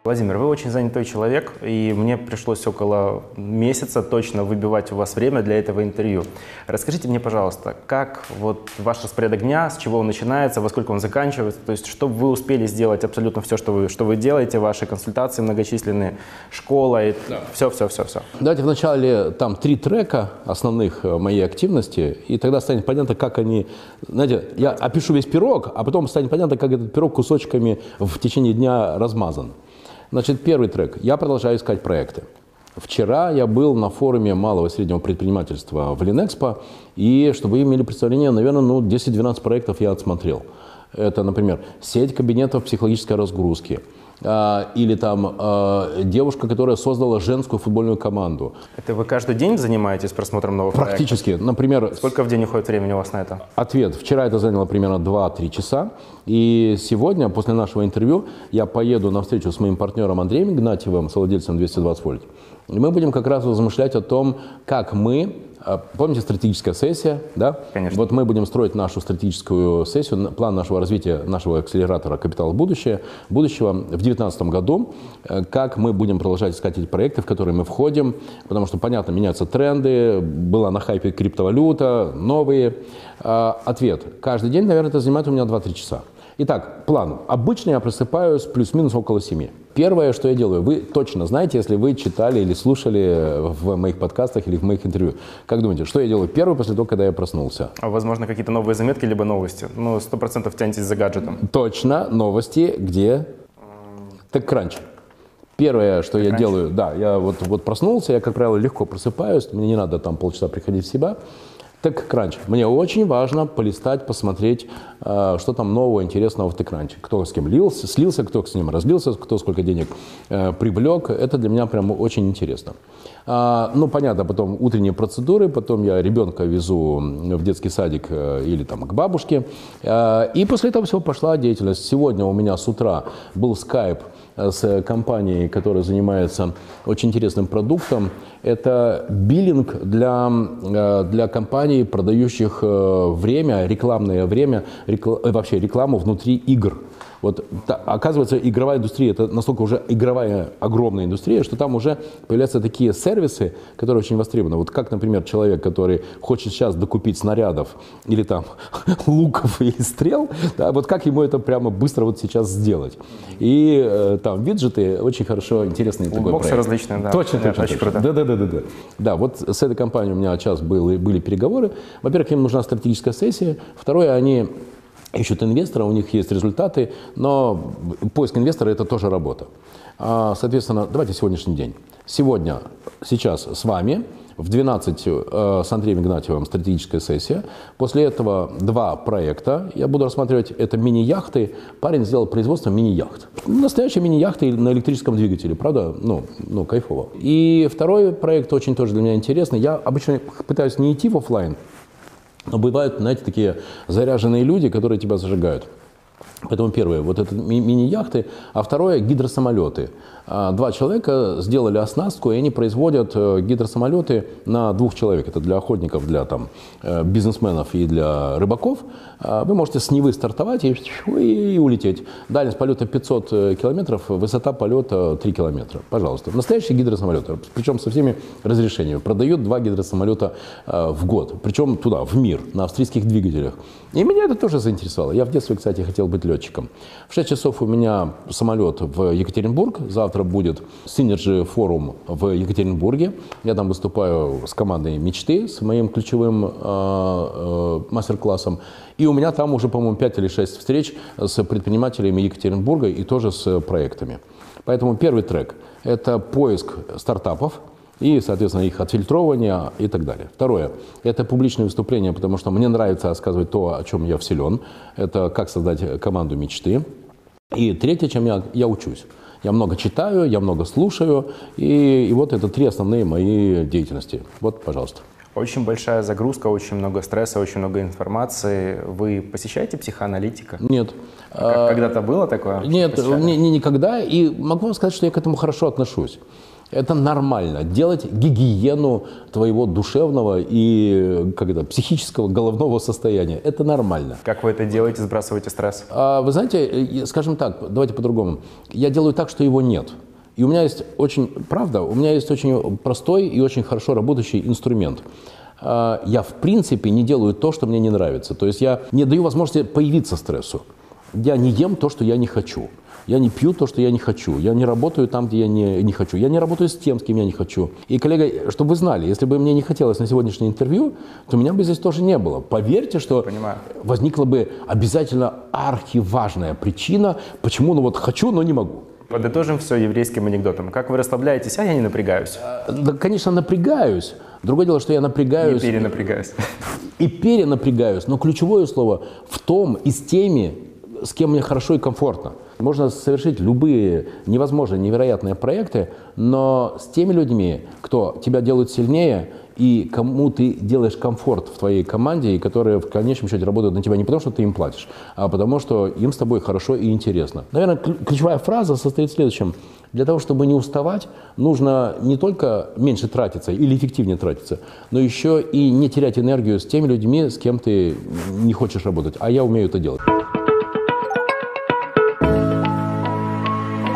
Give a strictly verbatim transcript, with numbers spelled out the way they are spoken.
Владимир, вы очень занятой человек, и мне пришлось около месяца точно выбивать у вас время для этого интервью. Расскажите мне, пожалуйста, как вот ваш распорядок дня, с чего он начинается, во сколько он заканчивается, то есть чтобы вы успели сделать абсолютно все, что вы, что вы делаете, ваши консультации многочисленные, школа, и да. все, все, все, все. Давайте вначале там три трека основных моей активности, и тогда станет понятно, как они, знаете, я опишу весь пирог, а потом станет понятно, как этот пирог кусочками в течение дня размазан. Значит, первый трек. Я продолжаю искать проекты. Вчера я был на форуме малого и среднего предпринимательства в Ленэкспо, и чтобы вы имели представление, наверное, ну, десять-двенадцать проектов я отсмотрел. Это, например, сеть кабинетов психологической разгрузки. Или там девушка, которая создала женскую футбольную команду. Это вы каждый день занимаетесь просмотром новых проектов? Практически. Например, сколько в день уходит времени у вас на это? Ответ. Вчера это заняло примерно два-три часа. И сегодня, после нашего интервью, я поеду на встречу с моим партнером Андреем Игнатьевым, совладельцем двести двадцать вольт. И мы будем как раз размышлять о том, как мы... Помните, стратегическая сессия, да? Конечно. Вот мы будем строить нашу стратегическую сессию, план нашего развития, нашего акселератора «Капитал в будущее», будущего в две тысячи девятнадцатом году, как мы будем продолжать искать эти проекты, в которые мы входим, потому что, понятно, меняются тренды, была на хайпе криптовалюта, новые. Ответ. Каждый день, наверное, это занимает у меня два-три часа. Итак, план. Обычно я просыпаюсь плюс-минус около семи. Первое, что я делаю, вы точно знаете, если вы читали или слушали в моих подкастах или в моих интервью. Как думаете, что я делаю первое после того, когда я проснулся? А, возможно, какие-то новые заметки, либо новости. Ну, сто процентов тянетесь за гаджетом. Точно. Новости. Где? TechCrunch. Первое, что я делаю, да, я вот, вот проснулся, я, как правило, легко просыпаюсь, мне не надо там полчаса приходить в себя. TechCrunch. Мне очень важно полистать, посмотреть, э, что там нового, интересного в TechCrunch. Кто с кем лился, слился, кто с ним разлился, кто сколько денег э, привлек. Это для меня прям очень интересно. А, ну, понятно, потом утренние процедуры, потом я ребенка везу в детский садик э, или там к бабушке. Э, и после этого всего пошла деятельность. Сегодня у меня с утра был скайп с компанией, которая занимается очень интересным продуктом. Это биллинг для, для компаний, продающих время, рекламное время, рекл... вообще рекламу внутри игр. Вот, та, оказывается, игровая индустрия – это настолько уже игровая огромная индустрия, что там уже появляются такие сервисы, которые очень востребованы. Вот как, например, человек, который хочет сейчас докупить снарядов или там луков или стрел, да, вот как ему это прямо быстро вот сейчас сделать. И э, там виджеты очень хорошо, интересные такой проект. Боксы различные, да. Точно, точно. Очень точно. круто. Да, да, да, да, да. Да, вот с этой компанией у меня сейчас были, были переговоры. Во-первых, им нужна стратегическая сессия. Второе, они ищут инвестора, у них есть результаты, но поиск инвестора – это тоже работа. Соответственно, давайте сегодняшний день. Сегодня, сейчас с вами в двенадцать э, с Андреем Игнатьевым стратегическая сессия. После этого два проекта я буду рассматривать. Это мини-яхты. Парень сделал производство мини-яхт. Настоящие мини-яхты на электрическом двигателе. Правда? Ну, ну, кайфово. И второй проект очень тоже для меня интересный. Я обычно пытаюсь не идти в офлайн, но бывают, знаете, такие заряженные люди, которые тебя зажигают. Поэтому первое, вот это ми- мини-яхты, а второе – гидросамолеты. Два человека сделали оснастку, и они производят гидросамолеты на двух человек. Это для охотников, для там, бизнесменов и для рыбаков. Вы можете с Невы стартовать и, и улететь. Дальность полета пятьсот километров, высота полета три километра. Пожалуйста. Настоящие гидросамолеты, причем со всеми разрешениями. Продают два гидросамолета в год, причем туда, в мир, на австрийских двигателях. И меня это тоже заинтересовало. Я в детстве, кстати, хотел быть летчиком. В шесть часов у меня самолет в Екатеринбург. Завтра будет Synergy форум в Екатеринбурге. Я там выступаю с командой мечты, с моим ключевым э, э, мастер-классом. И у меня там уже, по-моему, пять или шесть встреч с предпринимателями Екатеринбурга и тоже с проектами. Поэтому первый трек – это поиск стартапов и, соответственно, их отфильтрование и так далее. Второе – это публичные выступления, потому что мне нравится рассказывать то, о чем я силен. Это как создать команду мечты. И третье, чем я, я учусь. Я много читаю, я много слушаю, и, и вот это три основные мои деятельности. Вот, пожалуйста. Очень большая загрузка, очень много стресса, очень много информации. Вы посещаете психоаналитика? Нет. Как, когда-то было такое? Нет, не, не, никогда. И могу вам сказать, что я к этому хорошо отношусь. Это нормально. Делать гигиену твоего душевного и как это, психического головного состояния. Это нормально. Как вы это делаете, сбрасываете стресс? А, вы знаете, скажем так, давайте по-другому. Я делаю так, что его нет. И у меня есть очень, правда, у меня есть очень простой и очень хорошо работающий инструмент. Я, в принципе, не делаю то, что мне не нравится. То есть я не даю возможности появиться стрессу. Я не ем то, что я не хочу. Я не пью то, что я не хочу. Я не работаю там, где я не, не хочу. Я не работаю с тем, с кем я не хочу. И, коллега, чтобы вы знали, если бы мне не хотелось на сегодняшнее интервью, то меня бы здесь тоже не было. Поверьте, что Понимаю. возникла бы обязательно архиважная причина, почему ну вот хочу, но не могу. Подытожим все еврейским анекдотом. Как вы расслабляетесь, а я не напрягаюсь. Да, конечно, напрягаюсь. Другое дело, что я напрягаюсь. И перенапрягаюсь. И перенапрягаюсь. Но ключевое слово в том и с теми, с кем мне хорошо и комфортно. Можно совершить любые невозможные, невероятные проекты, но с теми людьми, кто тебя делает сильнее и кому ты делаешь комфорт в твоей команде, и которые в конечном счете работают на тебя не потому, что ты им платишь, а потому, что им с тобой хорошо и интересно. Наверное, ключевая фраза состоит в следующем. Для того, чтобы не уставать, нужно не только меньше тратиться или эффективнее тратиться, но еще и не терять энергию с теми людьми, с кем ты не хочешь работать. А я умею это делать.